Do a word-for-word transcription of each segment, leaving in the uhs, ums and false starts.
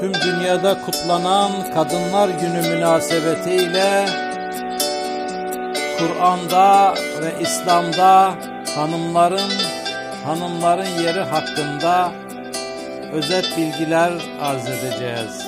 tüm dünyada kutlanan Kadınlar Günü münasebetiyle Kur'an'da ve İslam'da hanımların hanımların yeri hakkında özet bilgiler arz edeceğiz.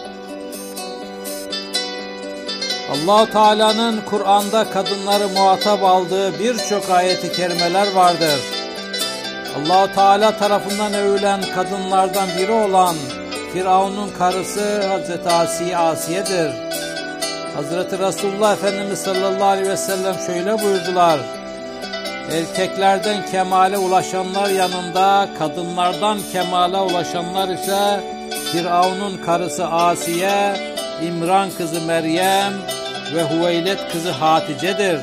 Allah-u Teala'nın Kur'an'da kadınları muhatap aldığı birçok ayet-i kerimeler vardır. Allah-u Teala tarafından övülen kadınlardan biri olan Firavun'un karısı Hazreti Asiye Asiye'dir. Hazreti Resulullah Efendimiz sallallahu aleyhi ve sellem şöyle buyurdular: erkeklerden kemale ulaşanlar yanında kadınlardan kemale ulaşanlar ise Firavun'un karısı Asiye, İmran kızı Meryem ve Hüveylet kızı Hatice'dir.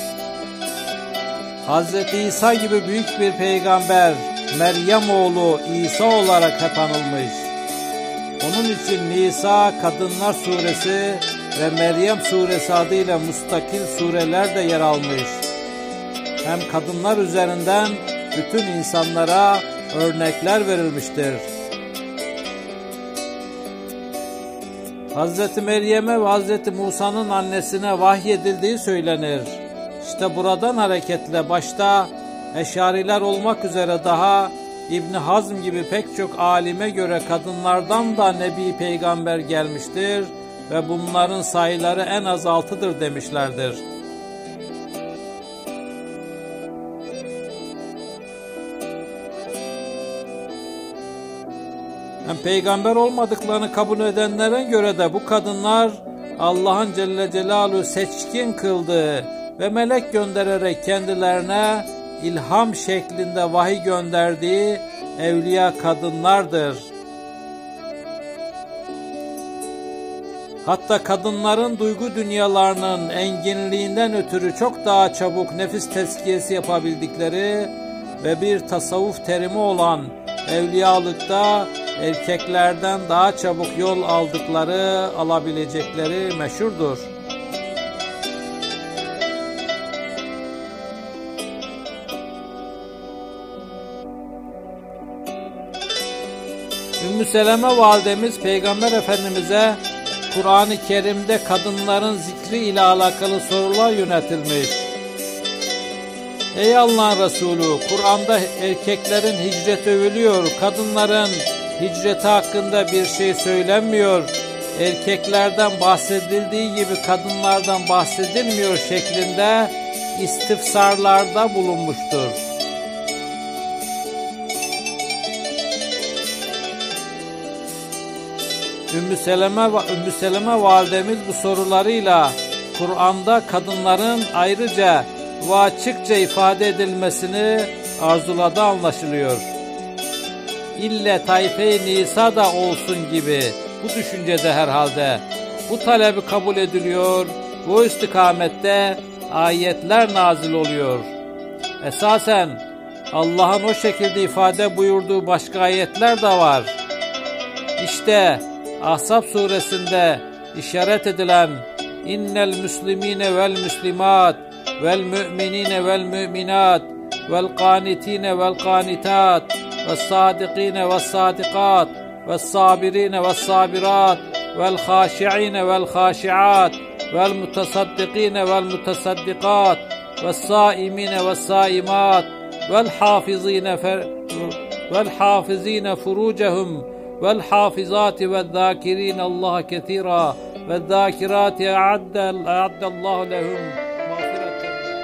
Hazreti İsa gibi büyük bir peygamber Meryem oğlu İsa olarak hep anılmış. Onun için Nisa Kadınlar Suresi ve Meryem Suresi adıyla müstakil sureler de yer almış. Hem kadınlar üzerinden bütün insanlara örnekler verilmiştir. Hazreti Meryem'e ve Hazreti Musa'nın annesine vahyedildiği söylenir. İşte buradan hareketle başta Eşariler olmak üzere daha İbn Hazm gibi pek çok alime göre kadınlardan da Nebi Peygamber gelmiştir ve bunların sayıları en az altıdır demişlerdir. Hem peygamber olmadıklarını kabul edenlere göre de bu kadınlar Allah'ın Celle Celaluhu seçkin kıldığı ve melek göndererek kendilerine ilham şeklinde vahiy gönderdiği evliya kadınlardır. Hatta kadınların duygu dünyalarının enginliğinden ötürü çok daha çabuk nefis tezkiyesi yapabildikleri ve bir tasavvuf terimi olan evliyalıkta erkeklerden daha çabuk yol aldıkları, alabilecekleri meşhurdur. Ümmü Seleme validemiz Peygamber Efendimiz'e Kur'an-ı Kerim'de kadınların zikri ile alakalı sorular yöneltilmiş. Ey Allah'ın Resulü, Kur'an'da erkeklerin hicreti övülüyor, kadınların hicreti hakkında bir şey söylenmiyor, erkeklerden bahsedildiği gibi kadınlardan bahsedilmiyor şeklinde istifsarlarda bulunmuştur. Ümmü Seleme, Ümmü Seleme validemiz bu sorularıyla Kur'an'da kadınların ayrıca ve açıkça ifade edilmesini arzuladığı anlaşılıyor. İlle tayfe-i Nisa da olsun gibi bu düşüncede herhalde bu talebi kabul ediliyor, bu istikamette ayetler nazil oluyor. Esasen Allah'ın o şekilde ifade buyurduğu başka ayetler de var. İşte Ahzab suresinde işaret edilen innel müslimine vel müslimat vel müminine vel müminat vel kanitine vel kanitat vel sadikine vel sadikat vel sabirine vel sabirat vel haşi'ine vel haşi'at vel mutasaddikine vel mutasaddikat vel saimine vel saimat vel hafizine vel hafizine furucehum والحافظات والذاكرين الله كثيرا والذاكرات أعد أعد الله لهم مغفرة.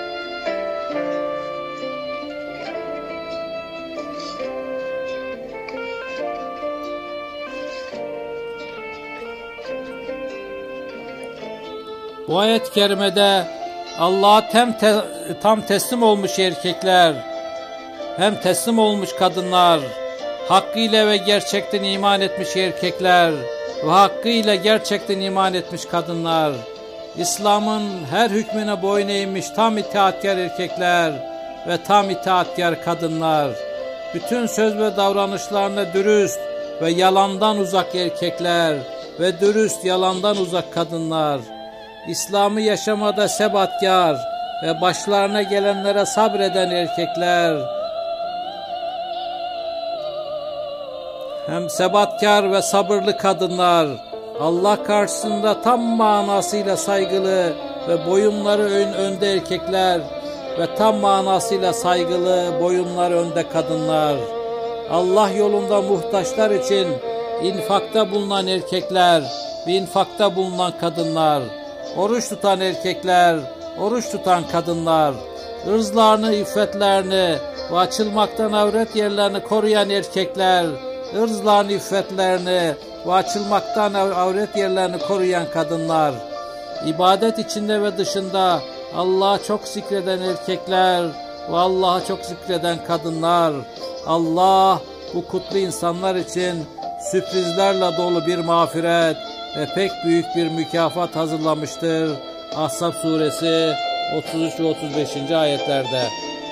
Bu ayet-i kerimede Allah'a tam, te, tam teslim olmuş erkekler, hem teslim olmuş kadınlar, hakkıyla ve gerçekten iman etmiş erkekler ve hakkıyla gerçekten iman etmiş kadınlar, İslam'ın her hükmüne boyun eğmiş tam itaatkar erkekler ve tam itaatkar kadınlar, bütün söz ve davranışlarına dürüst ve yalandan uzak erkekler ve dürüst yalandan uzak kadınlar, İslam'ı yaşamada sebatkar ve başlarına gelenlere sabreden erkekler, hem sebatkar ve sabırlı kadınlar, Allah karşısında tam manasıyla saygılı ve boyunları ön, önde erkekler ve tam manasıyla saygılı boyunları önde kadınlar, Allah yolunda muhtaçlar için infakta bulunan erkekler ve infakta bulunan kadınlar, oruç tutan erkekler, oruç tutan kadınlar, ırzlarını, iffetlerini ve açılmaktan avret yerlerini koruyan erkekler, ırzlarını, iffetlerini ve açılmaktan avret yerlerini koruyan kadınlar, ibadet içinde ve dışında Allah'a çok zikreden erkekler ve Allah'a çok zikreden kadınlar, Allah bu kutlu insanlar için sürprizlerle dolu bir mağfiret ve pek büyük bir mükafat hazırlamıştır. Ahzab suresi otuz üç ve otuz beşinci ayetlerde.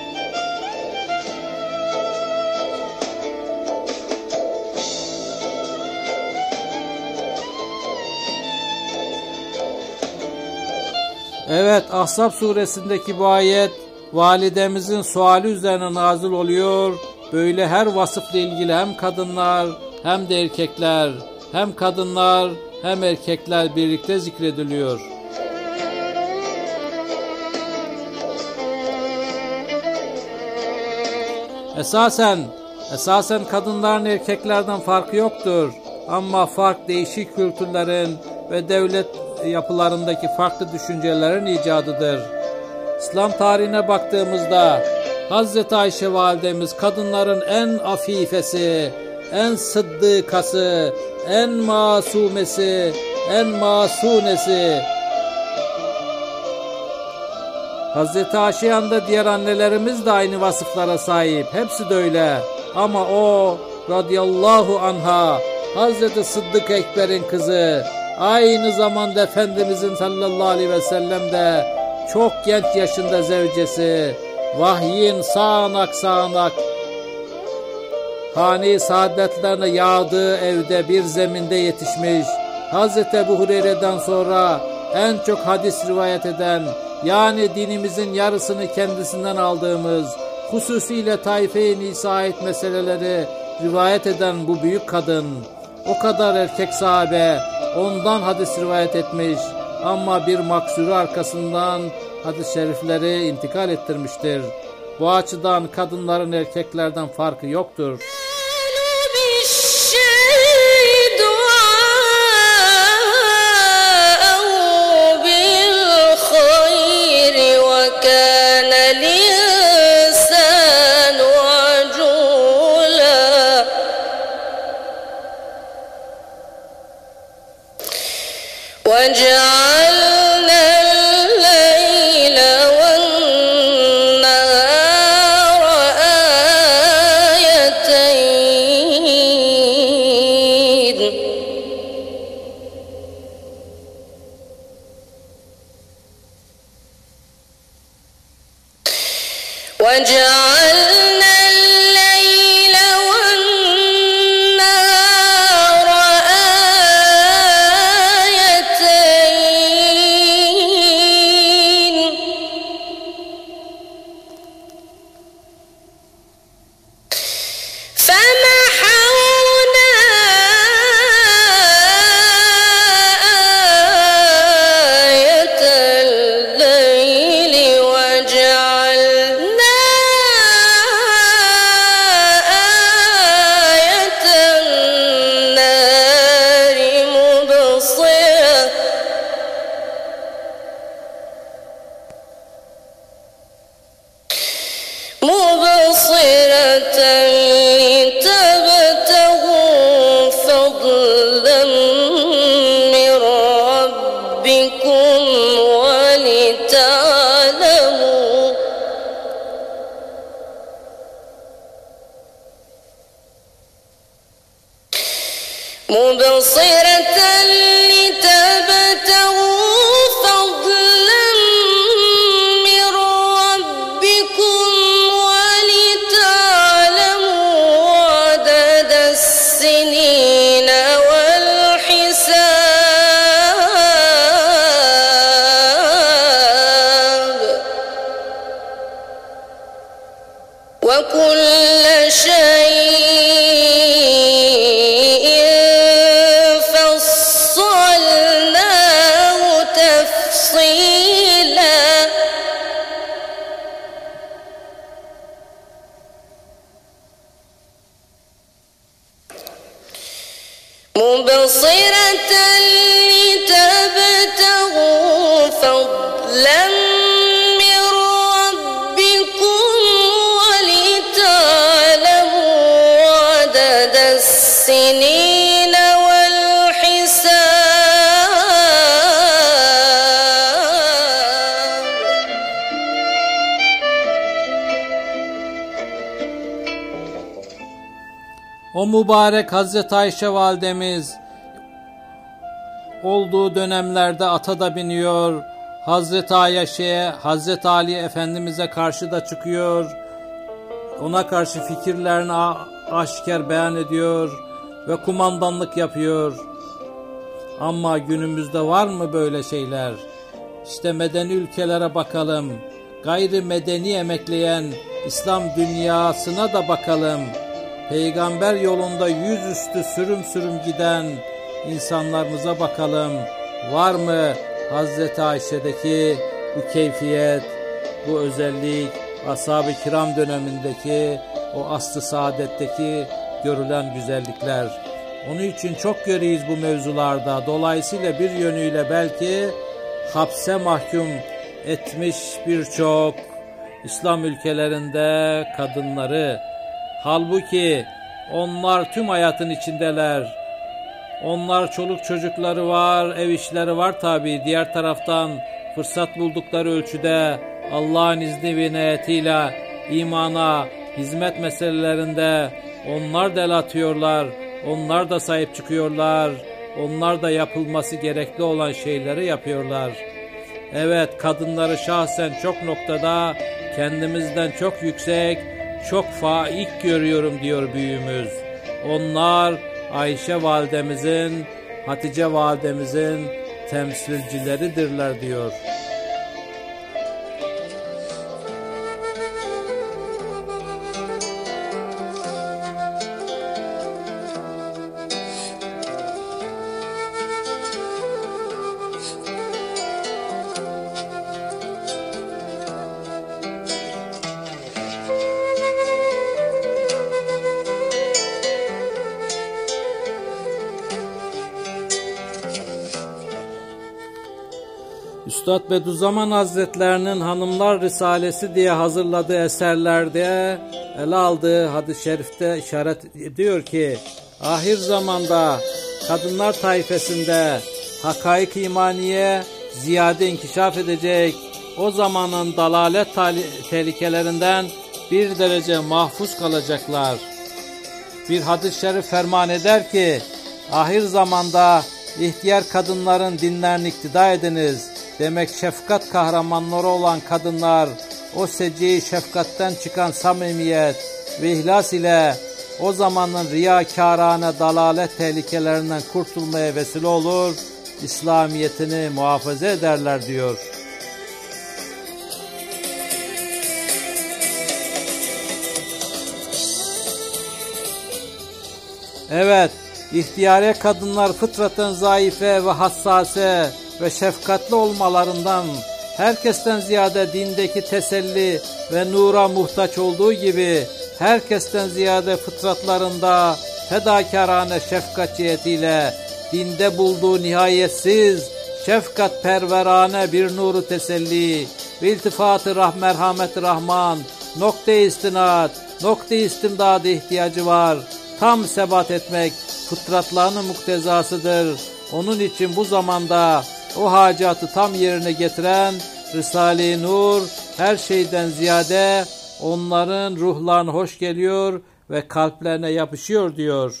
Evet, Ahzab suresindeki bu ayet validemizin suali üzerine nazil oluyor. Böyle her vasıfla ilgili hem kadınlar hem de erkekler, hem kadınlar hem erkekler birlikte zikrediliyor. Esasen, esasen kadınların erkeklerden farkı yoktur. Ama fark değişik kültürlerin ve devlet yapılarındaki farklı düşüncelerin icadıdır. İslam tarihine baktığımızda Hazreti Ayşe validemiz kadınların en afifesi, en sıddıkası, en masumesi, en masunesi. Hazreti Ayşe yanında diğer annelerimiz de aynı vasıflara sahip. Hepsi de öyle. Ama o radıyallahu anha Hazreti Sıddık Ekber'in kızı, aynı zamanda Efendimizin sallallahu aleyhi ve sellem de çok genç yaşında zevcesi, vahyin sağanak sağanak hane-i saadetlerine yağdığı evde bir zeminde yetişmiş, Hazreti Ebu Hureyre'den sonra en çok hadis rivayet eden, yani dinimizin yarısını kendisinden aldığımız, hususiyle Taife-i Nisa'ya ait meseleleri rivayet eden bu büyük kadın, o kadar erkek sahabe ondan hadis rivayet etmiş ama bir maksuru arkasından hadis-i şerifleri intikal ettirmiştir. Bu açıdan kadınların erkeklerden farkı yoktur. وَجَعَلْنَا اللَّيْلَ وَالنَّهَارَ آيَتَيْنِ وَجَعَلْنَا اللَّيْلَ وَالنَّهَارَ آيَتَيْنِ فَمَحَوْنَا آيَةَ اللَّيْلِ وَجَعَلْنَا آيَةَ النَّهَارِ مُبْصِرَةً مُبْصِرَةً لِتَبْتَغُوا فَضْلًا مِّن رَّبِّكُمْ وَلِتَعْلَمُوا مُبْصِرَةً لِتَبْتَغُوا فَضْلًا مِّن رَّبِّكُمْ وَلِتَعْلَمُوا عَدَدَ السِّنِينَ وَالْحِسَابَ وَكُلَّ شَيْءٍ مبصرة لتبتغوا فضلا من ربكم ولتعلموا عدد السنين والحساب. O mübarek Hazreti Ayşe validemiz olduğu dönemlerde ata da biniyor, Hazreti Ayşe'ye, Hazreti Ali Efendimiz'e karşı da çıkıyor, ona karşı fikirlerini aşikar beyan ediyor ve kumandanlık yapıyor. Ama günümüzde var mı böyle şeyler? İşte medeni ülkelere bakalım, gayri medeni emekleyen İslam dünyasına da bakalım. Peygamber yolunda yüzüstü sürüm sürüm giden insanlarımıza bakalım. Var mı Hazreti Ayşe'deki bu keyfiyet, bu özellik, ashab-ı kiram dönemindeki o asr-ı saadetteki görülen güzellikler? Onun için çok görüyoruz bu mevzularda. Dolayısıyla bir yönüyle belki hapse mahkum etmiş birçok İslam ülkelerinde kadınları. Halbuki onlar tüm hayatın içindeler. Onlar çoluk çocukları var, ev işleri var tabi. Diğer taraftan fırsat buldukları ölçüde Allah'ın izni ve inayetiyle imana, hizmet meselelerinde onlar da el atıyorlar. Onlar da sahip çıkıyorlar. Onlar da yapılması gerekli olan şeyleri yapıyorlar. Evet, kadınları şahsen çok noktada kendimizden çok yüksek, çok faik görüyorum diyor büyüğümüz. Onlar Ayşe validemizin, Hatice validemizin temsilcileridirler diyor. Üstad Bediüzzaman Hazretlerinin Hanımlar Risalesi diye hazırladığı eserlerde ele aldığı hadis-i şerifte işaret ediyor ki ahir zamanda kadınlar taifesinde hakaik-i imaniye ziyade inkişaf edecek, o zamanın dalalet tehlikelerinden bir derece mahfuz kalacaklar. Bir hadis-i şerif ferman eder ki ahir zamanda ihtiyar kadınların dinlerini iktida ediniz. Demek şefkat kahramanları olan kadınlar o seciyi şefkatten çıkan samimiyet ve ihlas ile o zamanın riyakârane dalalet tehlikelerinden kurtulmaya vesile olur, İslamiyetini muhafaza ederler diyor. Evet, ihtiyare kadınlar fıtraten zayıfe ve hassase ve şefkatli olmalarından herkesten ziyade dindeki teselli ve nura muhtaç olduğu gibi herkesten ziyade fıtratlarında fedakârane şefkat cihetiyle dinde bulduğu nihayetsiz şefkat perverane bir nuru teselli ve iltifat-ı rah merhamet-i rahman nokta-i istinad, nokta-i istimdad ihtiyacı var. Tam sebat etmek fıtratlarının muktezasıdır. Onun için bu zamanda o hacatı tam yerine getiren Risale-i Nur her şeyden ziyade onların ruhlarına hoş geliyor ve kalplerine yapışıyor diyor.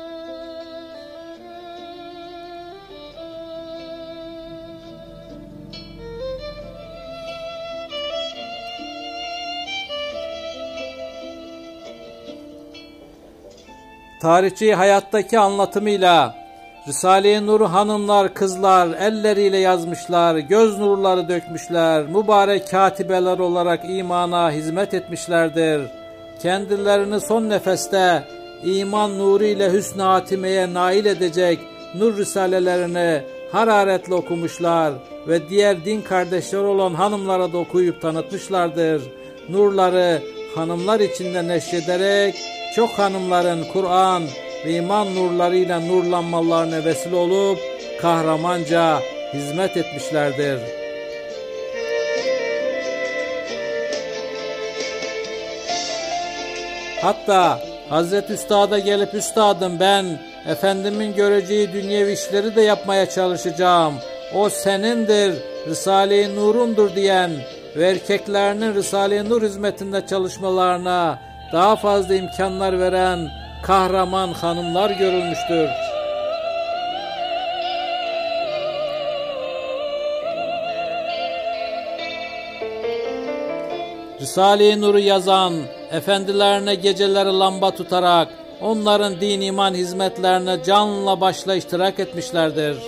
Tarihçi hayattaki anlatımıyla Risale-i Nur'u hanımlar, kızlar elleriyle yazmışlar, göz nurları dökmüşler, mübarek katibeler olarak imana hizmet etmişlerdir. Kendilerini son nefeste iman nuru ile hüsn-i hatimeye nail edecek nur risalelerini hararetle okumuşlar ve diğer din kardeşleri olan hanımlara da okuyup tanıtmışlardır. Nurları hanımlar içinde neşrederek çok hanımların Kur'an ve iman nurlarıyla nurlanmalarına vesile olup kahramanca hizmet etmişlerdir. Hatta Hazreti Üstad'a gelip üstadım ben Efendimin göreceği dünyevi işleri de yapmaya çalışacağım. O senindir, Risale-i Nur'undur diyen ve erkeklerinin Risale-i Nur hizmetinde çalışmalarına daha fazla imkanlar veren kahraman hanımlar görülmüştür. Risale-i Nur'u yazan, efendilerine geceleri lamba tutarak onların din iman hizmetlerine canla başla iştirak etmişlerdir.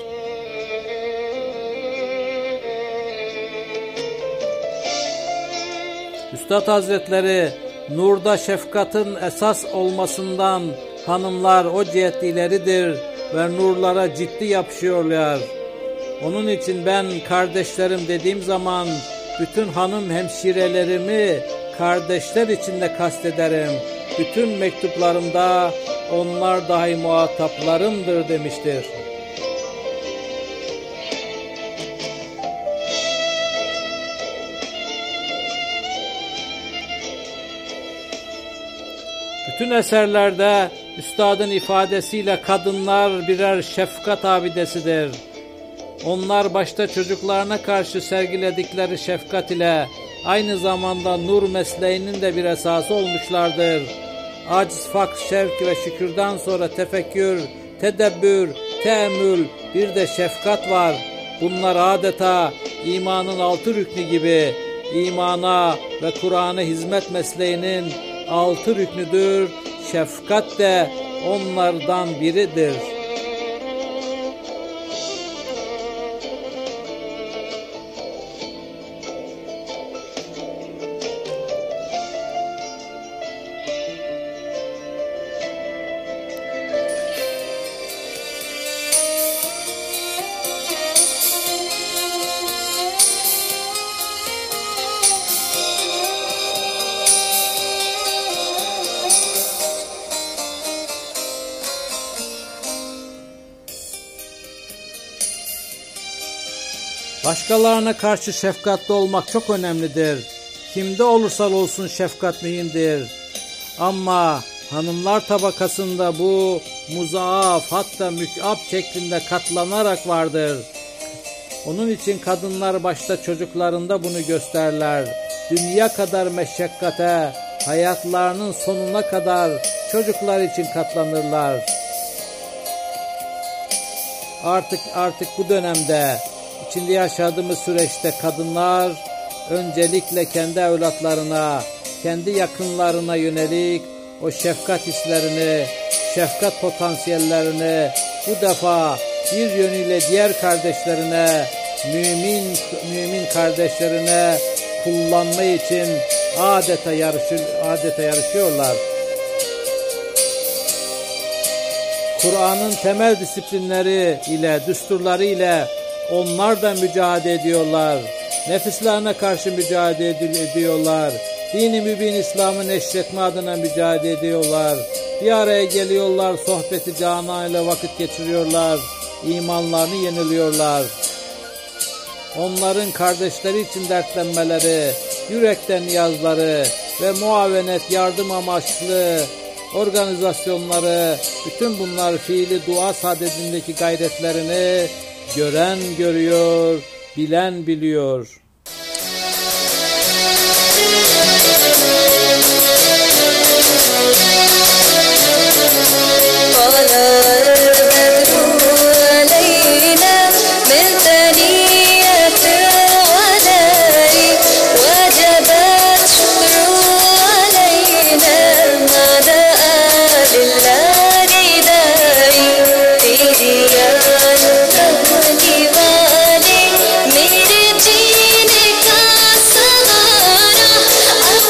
Üstad Hazretleri nurda şefkatin esas olmasından hanımlar o cihet ileridir ve nurlara ciddi yapışıyorlar. Onun için ben kardeşlerim dediğim zaman bütün hanım hemşirelerimi kardeşler içinde kastederim. Bütün mektuplarımda onlar dahi muhataplarımdır demiştir. Bütün eserlerde üstadın ifadesiyle kadınlar birer şefkat abidesidir. Onlar başta çocuklarına karşı sergiledikleri şefkat ile aynı zamanda nur mesleğinin de bir esası olmuşlardır. Aciz, fakr, şevk ve şükürden sonra tefekkür, tedebbür, teemmül, bir de şefkat var. Bunlar adeta imanın altı rüknü gibi imana ve Kur'an'a hizmet mesleğinin altı rüknüdür. Şefkat de onlardan biridir. Başkalarına karşı şefkatli olmak çok önemlidir. Kimde olursa olsun şefkat mühimdir. Ama hanımlar tabakasında bu muzaaf hatta mük'ab şeklinde katlanarak vardır. Onun için kadınlar başta çocuklarında bunu gösterler. Dünya kadar meşakkate, hayatlarının sonuna kadar çocuklar için katlanırlar. Artık artık bu dönemde İçinde yaşadığımız süreçte kadınlar öncelikle kendi evlatlarına, kendi yakınlarına yönelik o şefkat hislerini, şefkat potansiyellerini bu defa bir yönüyle diğer kardeşlerine, mümin mümin kardeşlerine kullanma için adeta yarışı, adeta yarışıyorlar. Kur'an'ın temel disiplinleri ile, düsturları ile onlar da mücadele ediyorlar. Nefislerine karşı mücadele ediyorlar. Dini mübin İslam'ı neşretme adına mücadele ediyorlar. Bir araya geliyorlar, sohbeti canan ile vakit geçiriyorlar. İmanlarını yeniliyorlar. Onların kardeşleri için dertlenmeleri, yürekten niyazları ve muavenet yardım amaçlı organizasyonları, bütün bunlar fiili dua saadetindeki gayretlerini gören görüyor, bilen biliyor.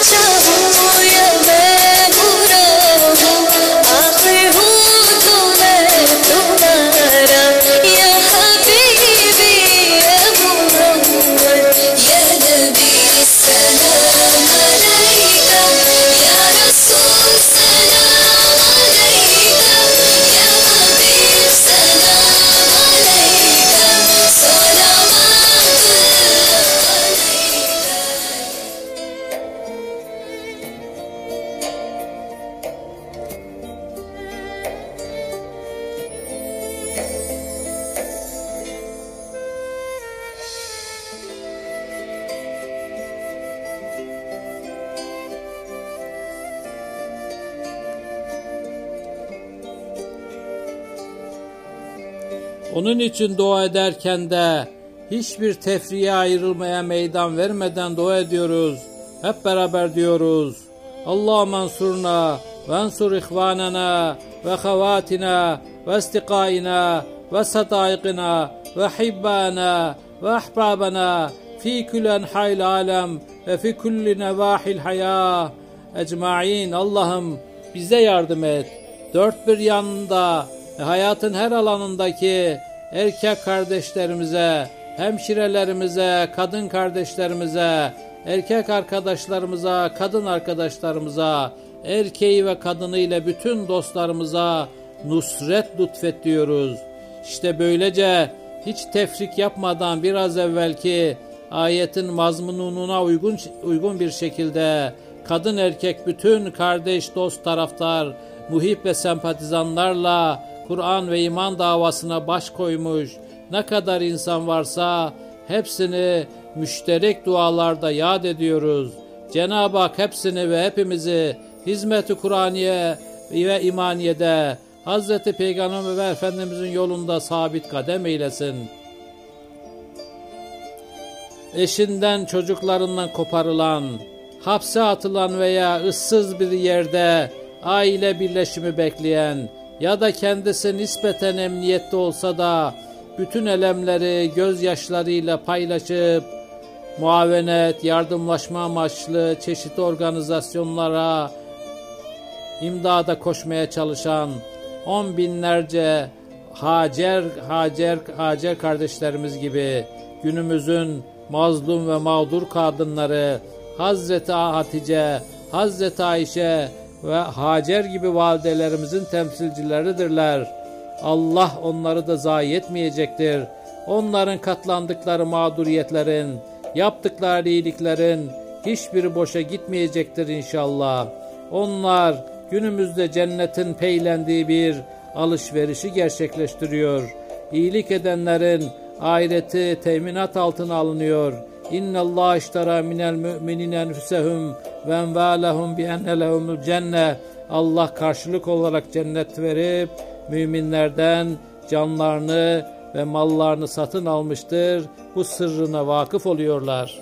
अच्छा हूँ या मैं बुरा हूँ, आखिर हूँ तो मैं Onun için dua ederken de hiçbir tefriye ayrılmaya meydan vermeden dua ediyoruz. Hep beraber diyoruz. Allahümme ensurna ve ensur ihvanana ve havatina ve istikaina ve sadaikina ve hibbana ve ahbabana fi kulli enha'il alem ve fi kulli nevahil hayah ecmaîn. Allah'ım bize yardım et. Dört bir yanında hayatın her alanındaki erkek kardeşlerimize, hemşirelerimize, kadın kardeşlerimize, erkek arkadaşlarımıza, kadın arkadaşlarımıza, erkeği ve kadınıyla bütün dostlarımıza nusret lütfet diyoruz. İşte böylece hiç tefrik yapmadan biraz evvelki ayetin mazmununa uygun uygun bir şekilde kadın erkek bütün kardeş, dost, taraftar, muhip ve sempatizanlarla Kur'an ve iman davasına baş koymuş ne kadar insan varsa hepsini müşterek dualarda yad ediyoruz. Cenab-ı Hak hepsini ve hepimizi hizmet-i Kur'aniye ve imaniyede Hazreti Peygamber ve Efendimizin yolunda sabit kadem eylesin. Eşinden, çocuklarından koparılan, hapse atılan veya ıssız bir yerde aile birleşimi bekleyen ya da kendisi nispeten emniyette olsa da bütün elemleri gözyaşlarıyla paylaşıp muavenet, yardımlaşma amaçlı çeşitli organizasyonlara imdada koşmaya çalışan on binlerce Hacer, Hacer, Hacer kardeşlerimiz gibi günümüzün mazlum ve mağdur kadınları Hazreti Hatice, Hazreti Ayşe ve Hacer gibi validelerimizin temsilcileridirler. Allah onları da zayi etmeyecektir. Onların katlandıkları mağduriyetlerin, yaptıkları iyiliklerin hiçbiri boşa gitmeyecektir inşallah. Onlar günümüzde cennetin peylendiği bir alışverişi gerçekleştiriyor. İyilik edenlerin ahireti teminat altına alınıyor. İnna Allah iştara minel müminine enfusehum ve envalehum bi enne lehumul cenne. Allah karşılık olarak cennet verip müminlerden canlarını ve mallarını satın almıştır. Bu sırrına vakıf oluyorlar.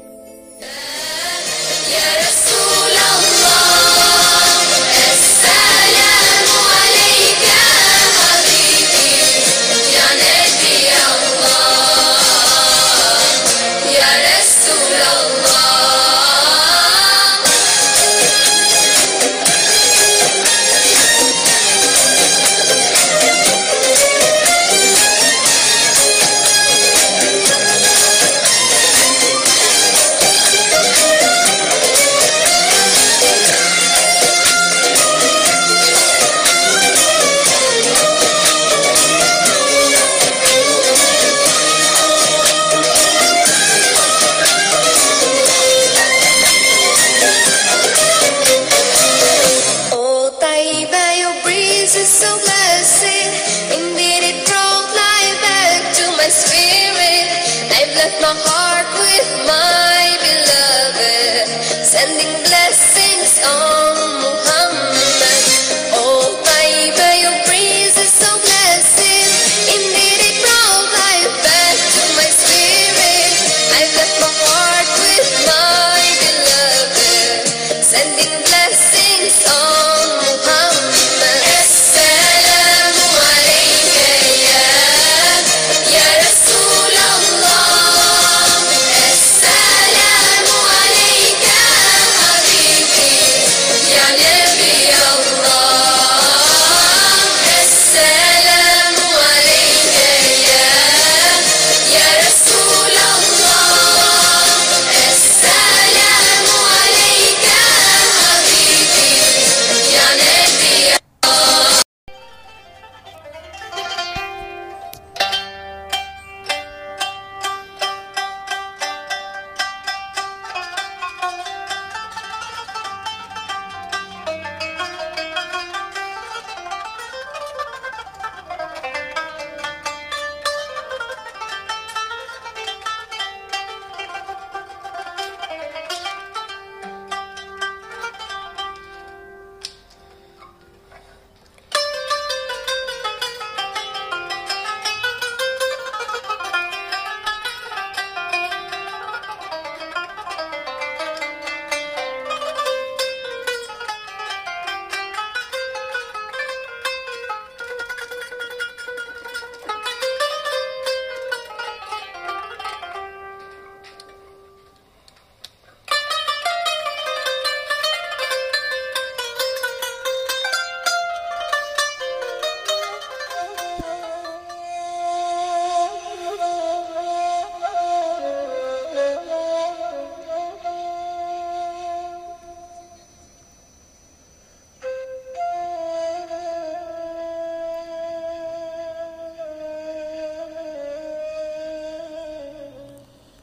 My heart with my beloved, sending blessings on Muhammad. Oh, Taiba, your breeze is so blessed. Indeed, it brought life back to my spirit. I left my heart with my beloved, sending blessings on Muhammad. As-salam.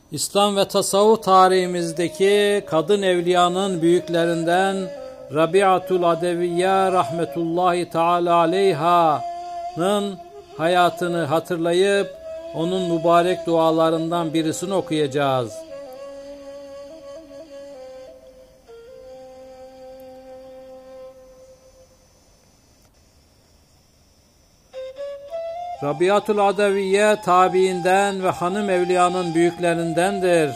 İslam ve tasavvuf tarihimizdeki kadın evliyanın büyüklerinden Rabiatul Adeviye rahmetullahi teala aleyha'nın hayatını hatırlayıp onun mübarek dualarından birisini okuyacağız. Rabiatul Adeviye tabiinden ve hanım evliyanın büyüklerindendir.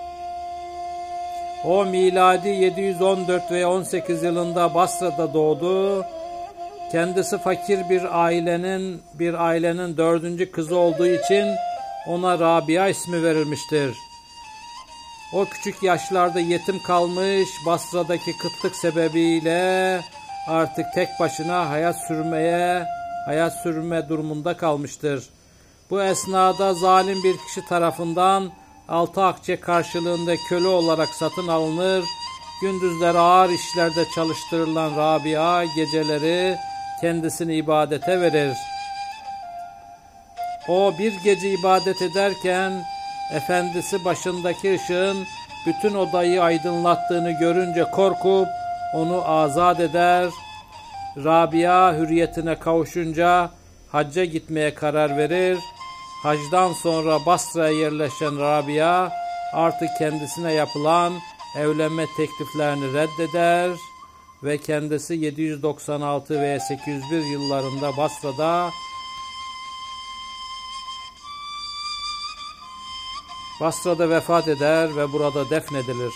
O miladi yedi yüz on dört ve on sekiz yılında Basra'da doğdu. Kendisi fakir bir ailenin bir ailenin dördüncü kızı olduğu için ona Rabia ismi verilmiştir. O küçük yaşlarda yetim kalmış, Basra'daki kıtlık sebebiyle artık tek başına hayat sürmeye hayat sürme durumunda kalmıştır. Bu esnada zalim bir kişi tarafından altı akçe karşılığında köle olarak satın alınır, gündüzleri ağır işlerde çalıştırılan Rabia geceleri kendisini ibadete verir. O bir gece ibadet ederken efendisi başındaki ışığın bütün odayı aydınlattığını görünce korkup onu azat eder. Rabia hürriyetine kavuşunca hacca gitmeye karar verir. Hacdan sonra Basra'ya yerleşen Rabia artık kendisine yapılan evlenme tekliflerini reddeder ve kendisi yedi yüz doksan altı ve sekiz yüz bir yıllarında Basra'da Basra'da vefat eder ve burada defnedilir.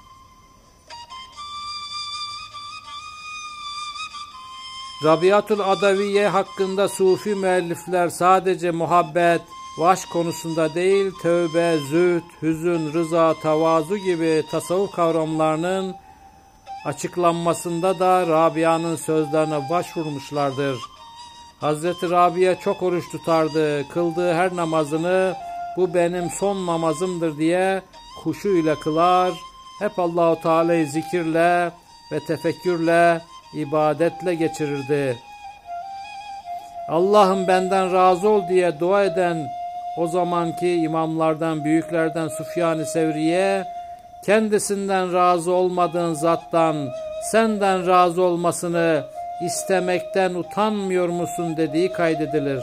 Rabiatul Adaviye hakkında sufi müellifler sadece muhabbet ve aşk konusunda değil, tövbe, zühd, hüzün, rıza, tavazu gibi tasavvuf kavramlarının açıklanmasında da Rabia'nın sözlerine başvurmuşlardır. Hazreti Rabia çok oruç tutardı, kıldığı her namazını bu benim son namazımdır diye huşu ile kılar, hep Allahu Teala'yı zikirle ve tefekkürle, ibadetle geçirirdi. Allah'ım benden razı ol diye dua eden o zamanki imamlardan, büyüklerden Süfyan-ı Sevriye, kendisinden razı olmadığın zattan senden razı olmasını istemekten utanmıyor musun dediği kaydedilir.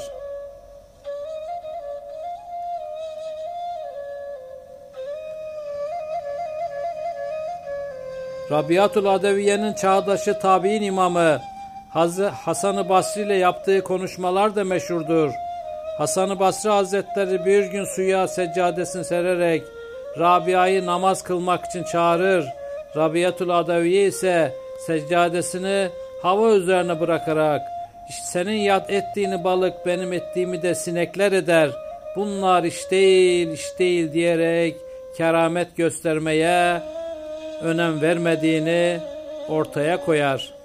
Rabiatul Adeviye'nin çağdaşı tabi'in imamı Hasan-ı Basri ile yaptığı konuşmalar da meşhurdur. Hasan-ı Basri Hazretleri bir gün suya seccadesini sererek Rabia'yı namaz kılmak için çağırır. Rabiatul Adeviye ise seccadesini hava üzerine bırakarak işte senin yat ettiğini balık benim ettiğimi de sinekler eder. Bunlar iş değil, iş değil diyerek keramet göstermeye önem vermediğini ortaya koyar.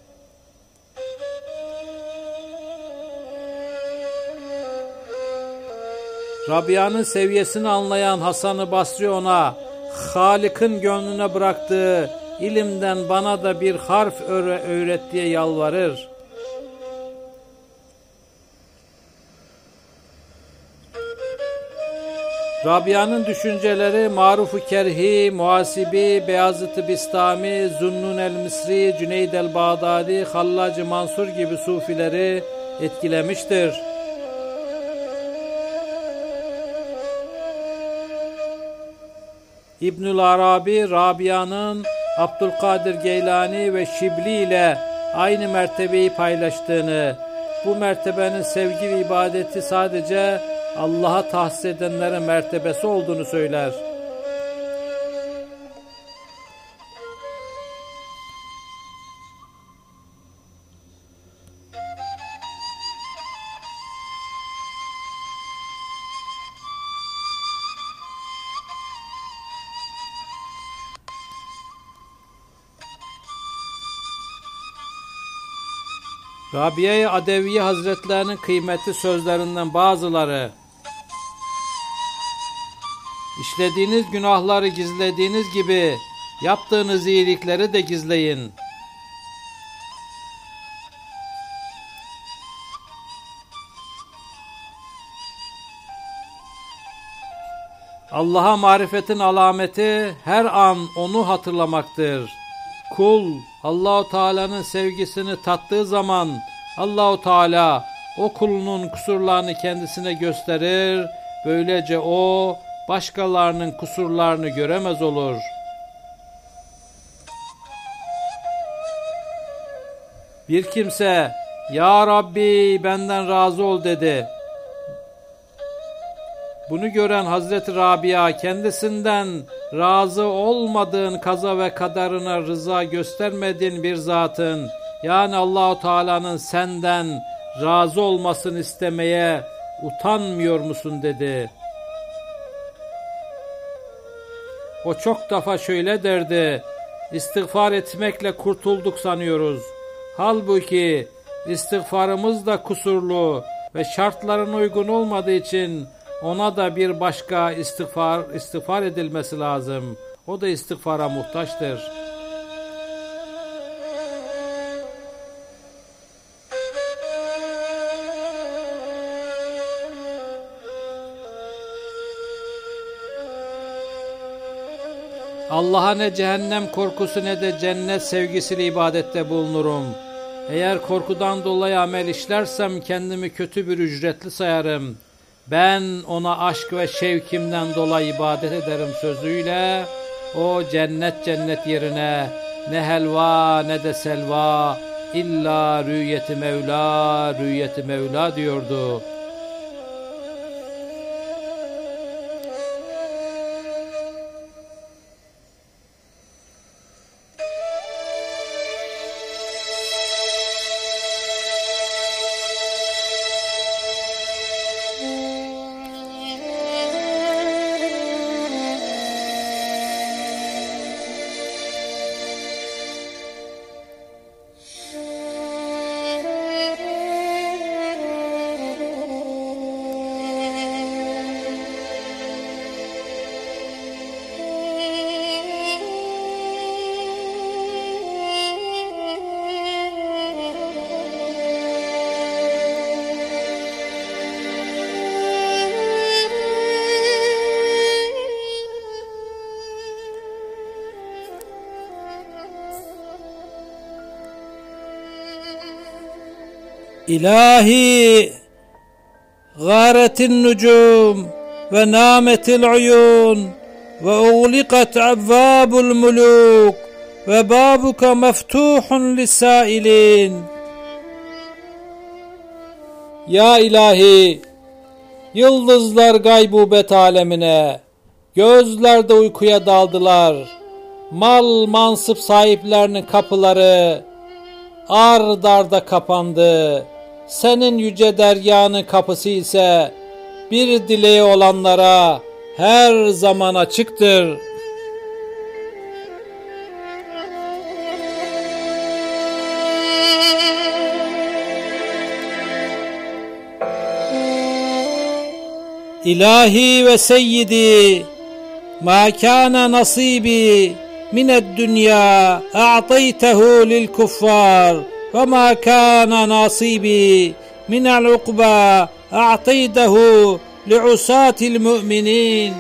Rabia'nın seviyesini anlayan Hasan-ı Basri ona Halık'ın gönlüne bıraktığı ilimden bana da bir harf öğret diye yalvarır. Rabia'nın düşünceleri Maruf-u Kerhi, Muhasibi, Beyazıt-ı Bistami, Zunnun el-Misri, Cüneyd el-Bağdadi, Hallacı Mansur gibi sufileri etkilemiştir. İbnül Arabi, Rabia'nın Abdülkadir Geylani ve Şibli ile aynı mertebeyi paylaştığını, bu mertebenin sevgi ve ibadeti sadece Allah'a tahsis edenlerin mertebesi olduğunu söyler. Rabiye-i Adeviye Hazretlerinin kıymetli sözlerinden bazıları: İşlediğiniz günahları gizlediğiniz gibi yaptığınız iyilikleri de gizleyin. Allah'a marifetin alameti her an onu hatırlamaktır. Kul Allah-u Teala'nın sevgisini tattığı zaman Allah-u Teala o kulunun kusurlarını kendisine gösterir. Böylece o başkalarının kusurlarını göremez olur. Bir kimse "Ya Rabbi benden razı ol" dedi. Bunu gören Hazreti Rabia kendisinden razı olmadığın kaza ve kaderine rıza göstermediğin bir zatın, yani Allah-u Teala'nın senden razı olmasını istemeye utanmıyor musun dedi. O çok defa şöyle derdi: İstiğfar etmekle kurtulduk sanıyoruz. Halbuki istiğfarımız da kusurlu ve şartların uygun olmadığı için ona da bir başka istiğfar, istiğfar edilmesi lazım. O da istiğfara muhtaçtır. Allah'a ne cehennem korkusu ne de cennet sevgisiyle ibadette bulunurum. Eğer korkudan dolayı amel işlersem kendimi kötü bir ücretli sayarım. Ben ona aşk ve şevkimden dolayı ibadet ederim sözüyle o cennet cennet yerine ne helva ne de selva illa rüyeti Mevla, rüyeti Mevla diyordu. İlahi gâretin nucum ve nâmetil uyun ve uğlikat abvâbul muluk ve bâbuka meftuhun lisâilin. Ya ilahi, yıldızlar gaybubet alemine, gözlerde uykuya daldılar, mal mansıp sahiplerinin kapıları ard arda kapandı. Senin yüce deryanın kapısı ise bir dileği olanlara her zaman açıktır. İlahi ve seyyidi ma kana nasibi mined dünya a'taytehu lil kuffar ve ma kana nasibi minel ukba a'taytehu li'usatil mu'minin.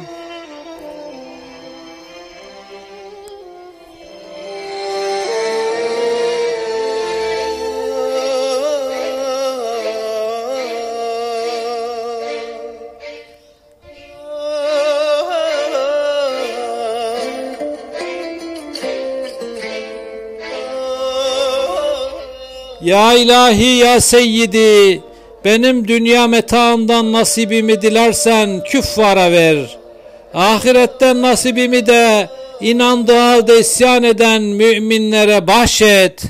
Ya ilahi ya seyyidi, benim dünya metaından nasibimi dilersen küffara ver. Ahiretten nasibimi de inandığı halde isyan eden müminlere bahşet.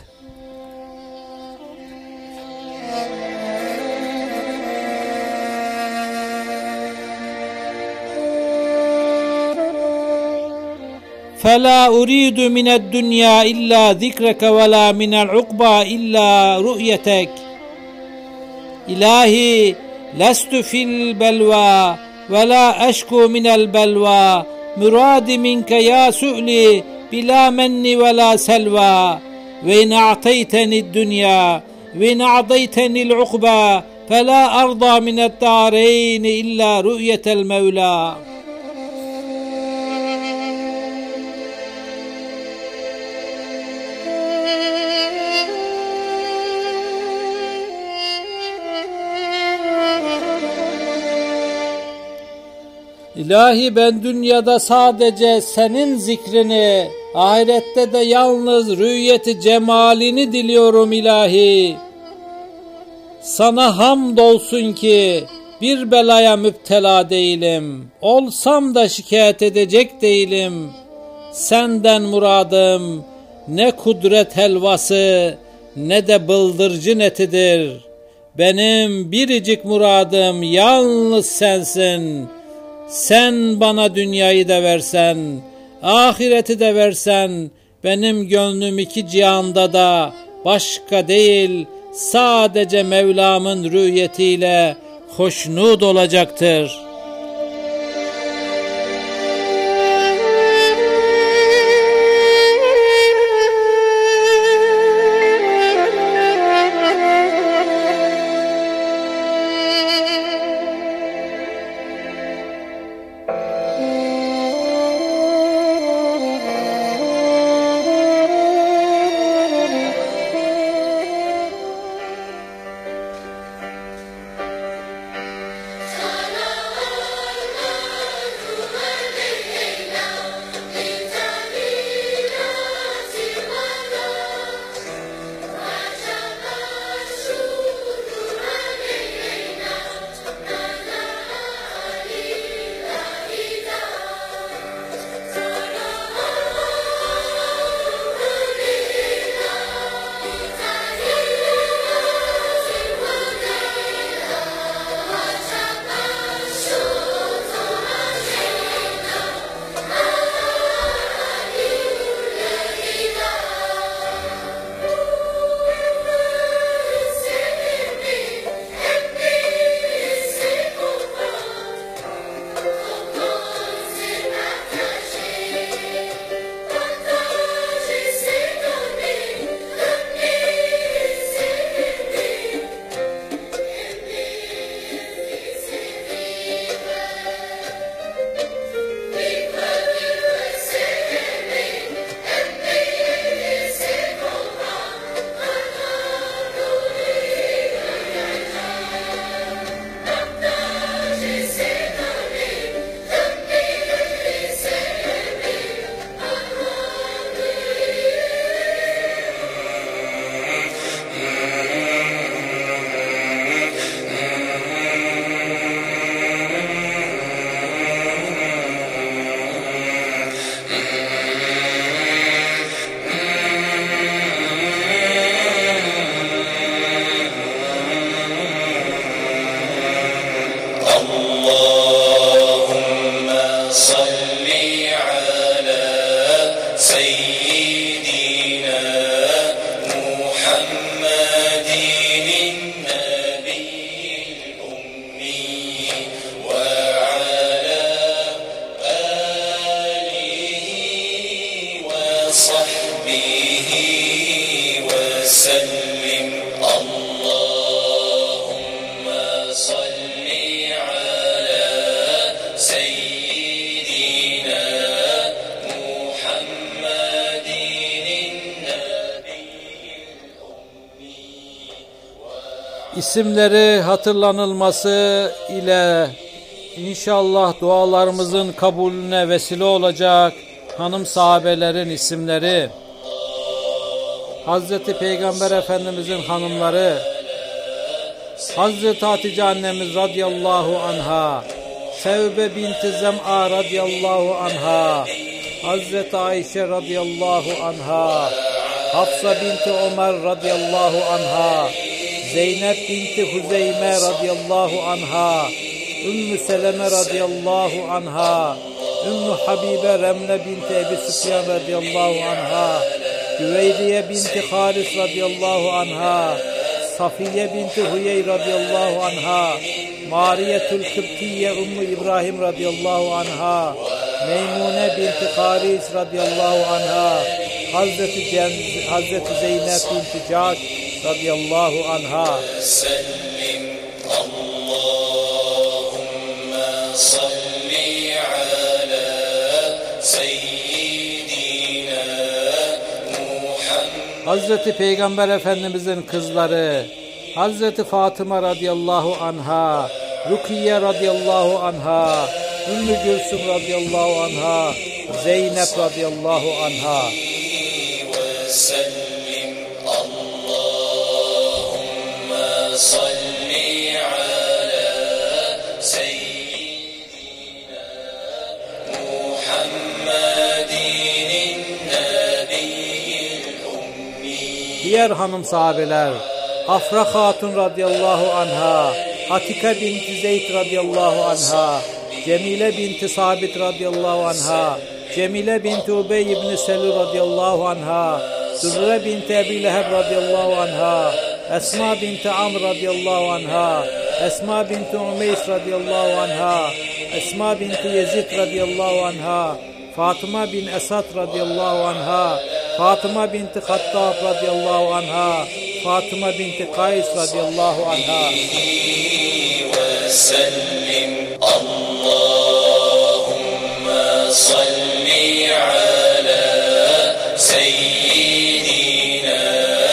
فَلَا أُرِيدُ مِنَ الدُّنْيَا إِلَّا ذِكْرَكَ وَلَا مِنَ الْعُقْبَى إِلَّا رُؤْيَتَكَ. İlahi, لَسْتُ فِي الْبَلْوَى وَلَا أَشْكُو مِنَ الْبَلْوَى مُرَادِ مِنْكَ يَا سُؤْلِي بِلَا مَنِّ وَلَا سَلْوَى وَإِنْ أَعْطَيْتَنِي الدُّنْيَا وَإِنْ أَعْطَيْتَنِي الْعُقْبَى فَلَا أَرْضَى مِنَ الدَّارَيْنِ إِلَّا رُؤْيَةَ الْمَوْلَى. İlahi ben dünyada sadece senin zikrini, ahirette de yalnız rüyeti cemalini diliyorum ilahi. Sana hamdolsun ki bir belaya müptela değilim. Olsam da şikayet edecek değilim. Senden muradım ne kudret helvası ne de bıldırcın etidir. Benim biricik muradım yalnız sensin. Sen bana dünyayı da versen, ahireti de versen, benim gönlüm iki cihanda da başka değil, sadece Mevlam'ın rüyetiyle hoşnut olacaktır. İsimleri hatırlanılması ile inşallah dualarımızın kabulüne vesile olacak hanım sahabelerin isimleri, Hazreti Peygamber Efendimizin hanımları, Hazreti Hatice annemiz radıyallahu anha, Sevbe binti Zem'a radıyallahu anha, Hazreti Ayşe radıyallahu anha, Hafsa binti Ömer radıyallahu anha, Zeynep binti Huzeyme radıyallahu anha, Ümmü Seleme radıyallahu anha, Ümmü Habibe Remle binti Ebi Süfyan radıyallahu anha, Güveyriye binti Haris radıyallahu anha, Safiye binti Huyey radıyallahu anha, Mariyetül Kıbtiye Ümmü İbrahim radıyallahu anha, Meymune binti Haris radıyallahu anha, Hazreti, Cem, Hazreti Zeynep binti Caş radıyallahu anha. Sellim Allahümme salli ala seyyidina Muhammed. Hazreti Peygamber Efendimizin kızları Hazreti Fatıma radıyallahu anha, Rukiye radıyallahu anha, Ümmü Gülsüm radıyallahu anha, Zeynep radıyallahu anha. Diğer hanım sahabeler, Afra Hatun radıyallahu anha, Atike binti Zeyd radıyallahu anha, Cemile binti Sabit radıyallahu anha, Cemile binti Ubey ibn Selul radıyallahu anha, Zürre binti Ebi Leheb radıyallahu anha, Esma binti Amr radıyallahu anha, Esma binti Umeys radıyallahu anha, Esma binti Yezid radıyallahu anha, Fatıma bin Esad radıyallahu anha, Fatıma binti Hattab radıyallahu anha, Fatıma binti Kays radıyallahu anha. Allahümme salli ala seyyidina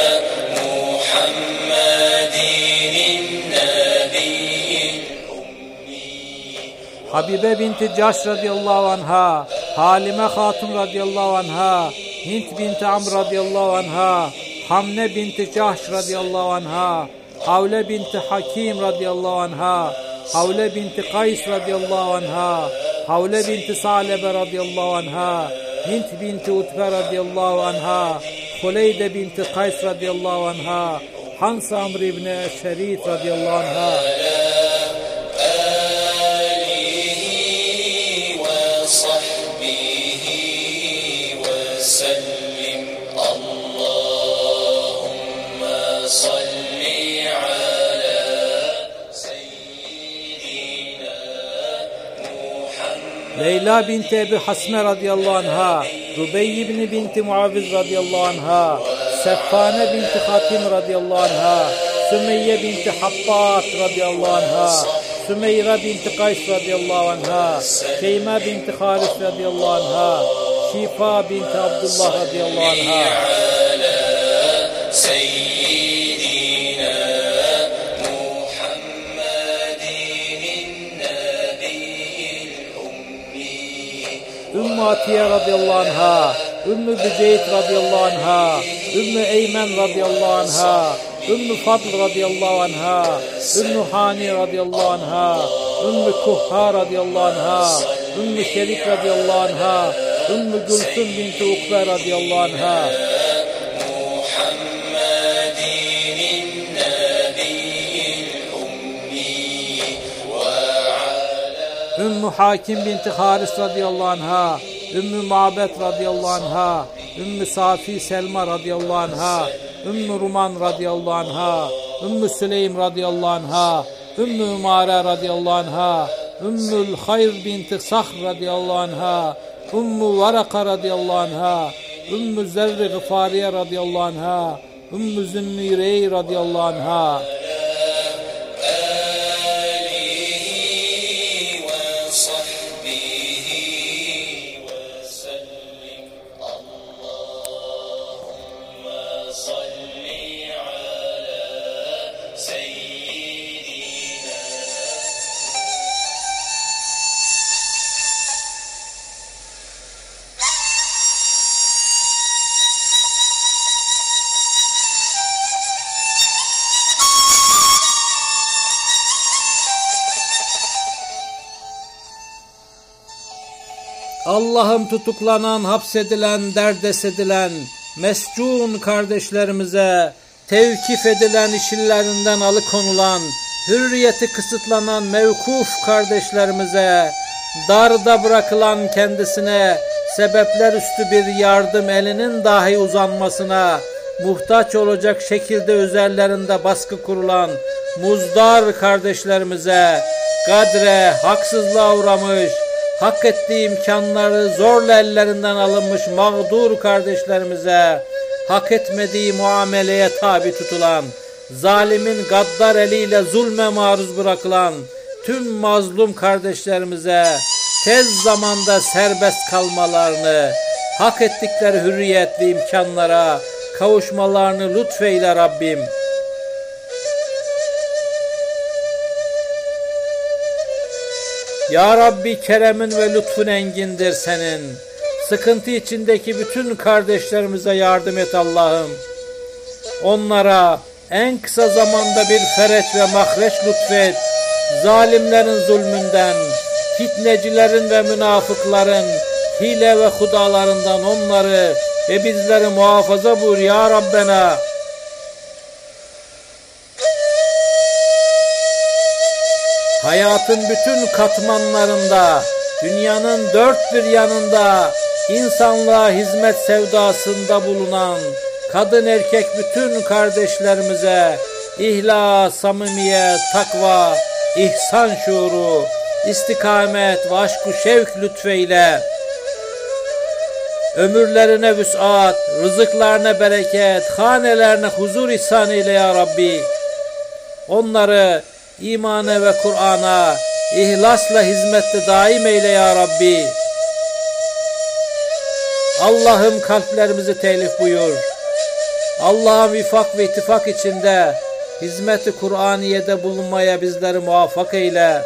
Muhammedin nebiyyil ummi. Habibe binti Cahş radıyallahu anha, Halime Hatun radıyallahu anha, Hint binti Amr radıyallahu anha, Hamne binti Cahş radıyallahu anha, Havle binti Hakim radıyallahu anha, Havle binti Kays radıyallahu anha, Havle binti Salebe radıyallahu anha, Hint binti Utbe radıyallahu anha, Huleyde binti Kays radıyallahu anha, Hans Amr ibni Şerit radıyallahu anha. Leyla binti Ebi Hasme radıyallahu anha, Rubey ibni binti Muaviz radıyallahu anha, Seffane binti Hatim radıyallahu anha, Sümeyye binti Habbat radıyallahu anha, Sümeyra binti Kays radıyallahu anha, Keyme binti Haris radıyallahu anha, Şifa binti Abdullah radıyallahu anha. Ümmü Atiye radıyallahu anha, Ümmü Büceyt radıyallahu anha, Ümmü Eymen radıyallahu anha, Ümmü Fadl radıyallahu anha, Ümmü Hani radıyallahu anha, Ümmü Kuhha radıyallahu anha, Ümmü Şerik radıyallahu anha, Ümmü Gülsüm binti Ukbe radıyallahu anha. Ümmü Hakim binti Haris radıyallahu anha, Ümmü Ma'bet radıyallahu anha, Ümmü Safi Selma radıyallahu anha, Ümmü Ruman radıyallahu anha, Ümmü Süleym radıyallahu anha, Ümmü Umare radıyallahu anha, Ümmül Hayr binti Sahr radıyallahu anha, Ümmü Varaka radıyallahu anha, Ümmü Zerri Gıfariye radıyallahu anha, Ümmü Zünnirey radıyallahu anha. Allah'ım tutuklanan, hapsedilen, derdest edilen, mescun kardeşlerimize, tevkif edilen işillerinden alıkonulan, hürriyeti kısıtlanan mevkuf kardeşlerimize, darda bırakılan kendisine, sebepler üstü bir yardım elinin dahi uzanmasına, muhtaç olacak şekilde üzerlerinde baskı kurulan, muzdar kardeşlerimize, kadre, haksızlığa uğramış, hak ettiği imkanları zorla ellerinden alınmış mağdur kardeşlerimize, hak etmediği muameleye tabi tutulan, zalimin gaddar eliyle zulme maruz bırakılan tüm mazlum kardeşlerimize tez zamanda serbest kalmalarını, hak ettikleri hürriyet ve imkanlara kavuşmalarını lütfeyle Rabbim. Ya Rabbi keremin ve lütfun engindir senin. Sıkıntı içindeki bütün kardeşlerimize yardım et Allah'ım. Onlara en kısa zamanda bir fereç ve mahreç lütfet. Zalimlerin zulmünden, fitnecilerin ve münafıkların hile ve hudalarından onları ve bizleri muhafaza buyur ya Rabbena. Hayatın bütün katmanlarında, dünyanın dört bir yanında insanlığa hizmet sevdasında bulunan kadın erkek bütün kardeşlerimize ihlas, samimiyet, takva, ihsan şuuru, istikamet ve aşk-ı şevk lütfeyle, ömürlerine vüs'at, rızıklarına bereket, hanelerine huzur ihsan eyle ya Rabbi. Onları imana ve Kur'an'a ihlasla hizmette daim eyle ya Rabbi. Allah'ım kalplerimizi telif buyur. Allah'a vifak ve ittifak içinde hizmet-i Kur'aniye'de bulunmaya bizleri muvaffak eyle.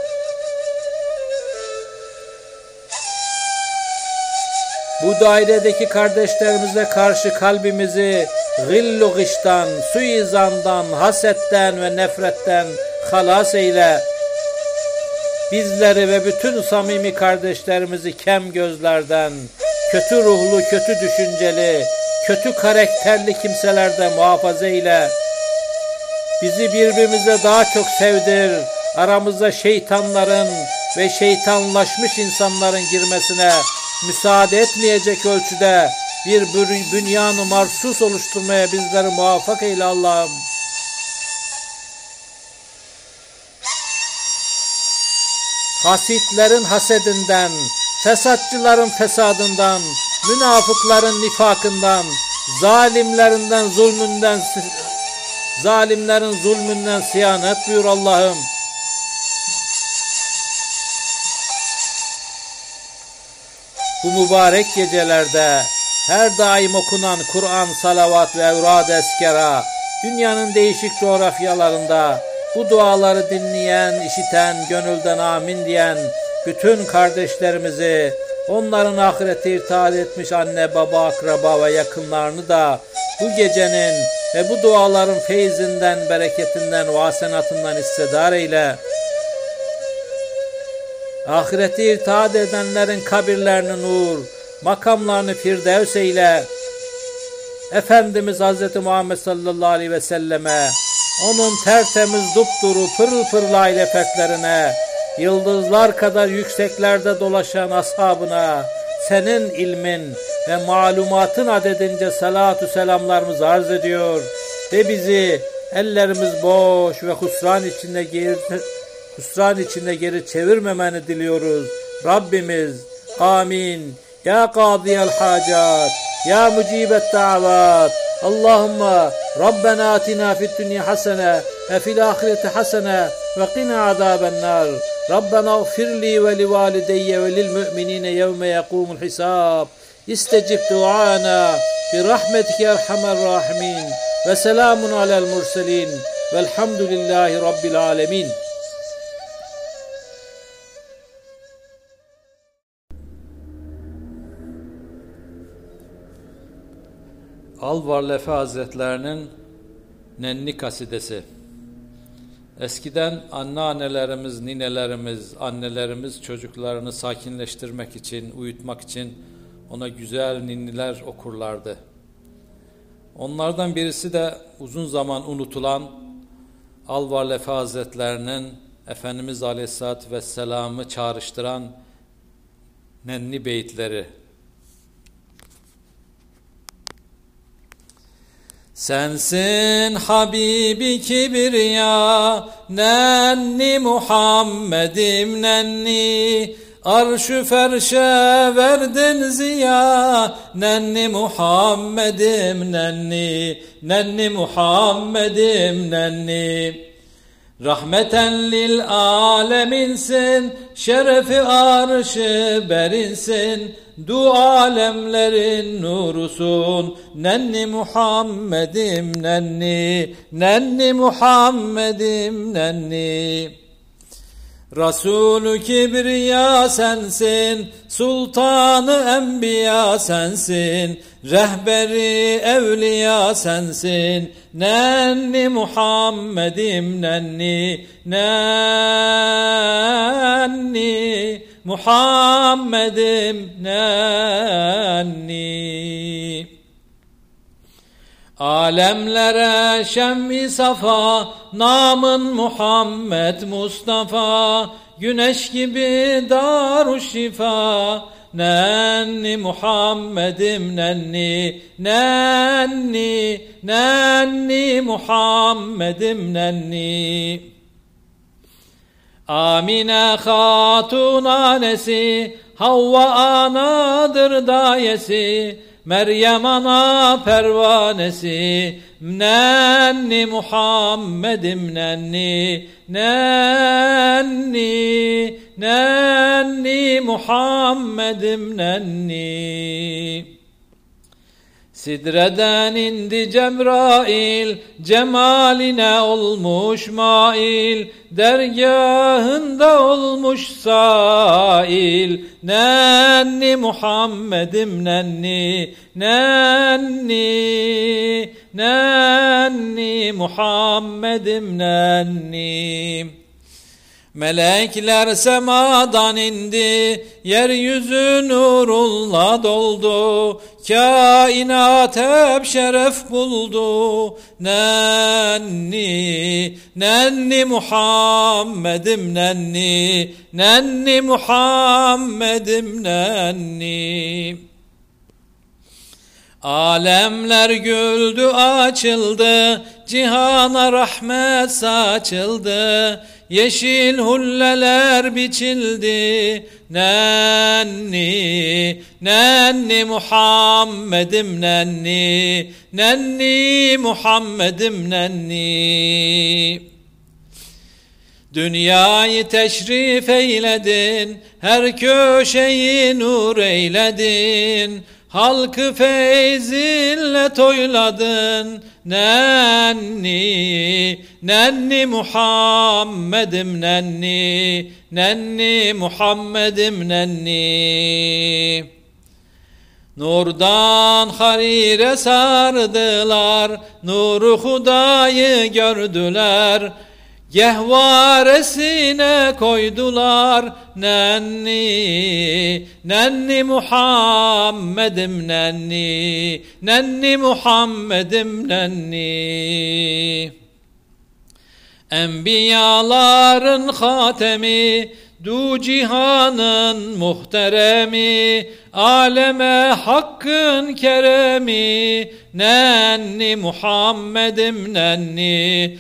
Bu dairedeki kardeşlerimize karşı kalbimizi gillu gıştan, suizandan, hasetten ve nefretten halas eyle. Bizleri ve bütün samimi kardeşlerimizi kem gözlerden, kötü ruhlu, kötü düşünceli, kötü karakterli kimselerden muhafaza eyle. Bizi birbirimize daha çok sevdir. Aramıza şeytanların ve şeytanlaşmış insanların girmesine müsaade etmeyecek ölçüde bir bünyan-ı marsus oluşturmaya bizleri muvaffak eyle Allah'ım. Hasitlerin hasedinden, fesatçıların fesadından, münafıkların nifakından, zalimlerinden zulmünden, zalimlerin zulmünden siyanet buyur Allah'ım. Bu mübarek gecelerde her daim okunan Kur'an, salavat ve evrad eskera, dünyanın değişik coğrafyalarında bu duaları dinleyen, işiten, gönülden amin diyen bütün kardeşlerimizi, onların ahireti irtihal etmiş anne, baba, akraba ve yakınlarını da bu gecenin ve bu duaların feyzinden, bereketinden ve hasenatından hissedar eyle. Ahireti irtihal edenlerin kabirlerini nur, makamlarını firdevs eyle. Efendimiz Hazreti Muhammed sallallahu aleyhi ve selleme, onun tertemiz dupduru pırıl pırıl aile fertlerine, yıldızlar kadar yükseklerde dolaşan ashabına, senin ilmin ve malumatın adedince salatü selamlarımızı arz ediyor ve bizi ellerimiz boş ve husran içinde geri, husran içinde geri çevirmemeni diliyoruz. Rabbimiz amin. Ya kadiyel hacat, ya mucibet davat. Allahümme Rabbena atina fid dünya hasene ve fil ahireti hasene ve qina azaben nar. Rabbena gfirli ve li valideyye ve lil müminine yevme yekumul hisab. İstecib duana bi rahmetike erhamer rahimin ve selamun alel murselin velhamdülillahi rabbil alemin. Alvarlefe Hazretlerinin Nenni Kasidesi. Eskiden anneannelerimiz, ninelerimiz, annelerimiz çocuklarını sakinleştirmek için, uyutmak için ona güzel ninniler okurlardı. Onlardan birisi de uzun zaman unutulan Alvarlefe Hazretlerinin Efendimiz Aleyhisselatü Vesselam'ı çağrıştıran nenni beyitleri. Sensin Habibi Kibriya, nenni Muhammedim nenni, arş-ı ferşe verdin ziya, nenni Muhammedim nenni, nenni Muhammedim nenni. Rahmeten lil aleminsin, şerefi arşı berinsin, du alemlerin nurusun, nenni Muhammedim nenni, nenni Muhammedim nenni. Resulü Kibriya sensin, Sultanı Enbiya sensin, Rehberi Evliya sensin, Nenni Muhammedim nenni, Nenni Muhammedim nenni. Alemlere şem-i safa, namın Muhammed Mustafa, güneş gibi darüşşifa, nenni Muhammedim nenni, nenni, nenni Muhammedim nenni. Amine Hatun annesi, Havva anadır dayesi, Meryem ana pervanesi, nenni Muhammedim nenni, nenni, nenni Muhammedim nenni. Sidreden indi Cebrail, cemaline olmuş mail, dergahında olmuş sail, nenni Muhammedim nenni, nenni, nenni Muhammedim nenni. Melekler semadan indi, yeryüzü nurunla doldu, kainat hep şeref buldu, nenni, nenni Muhammedim nenni, nenni Muhammedim nenni. Alemler güldü açıldı, cihana rahmet saçıldı, yeşil hulleler biçildi, nenni, nenni Muhammedim nenni, nenni Muhammedim nenni. Dünyayı teşrif eyledin, her köşeyi nur eyledin, halkı feyzinle toyladın, nenni, nenni Muhammedim nenni, nenni Muhammedim nenni. Nurdan harire sardılar, nuru Huda'yı gördüler, gehvaresine koydular, nenni, nenni Muhammedim nenni, nenni Muhammedim nenni. Enbiyaların hatemi, du cihanın muhteremi, aleme hakkın keremi, nenni Muhammedim nenni,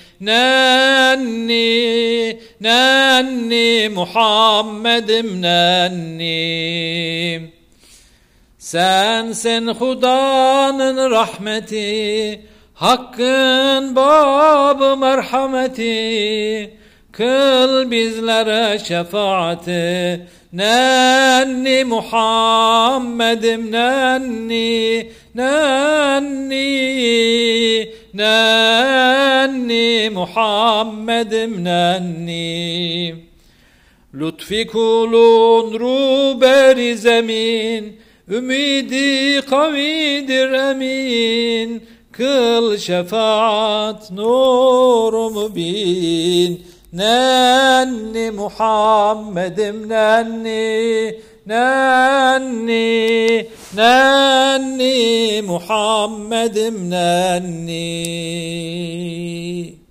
nenni, nenni Muhammedim nenni. Sensin Huda'nın rahmeti, hakkın babı merhameti, kıl bizlere şefaati, nenni Muhammedim nenni, nenni, nenni Muhammedim nenni. Lütfi kulun ruberi zemin, ümidi kavidir emin, kıl şefaat nurumu bin, nenni Muhammedim nenni, nenni, nenni Muhammedim nenni.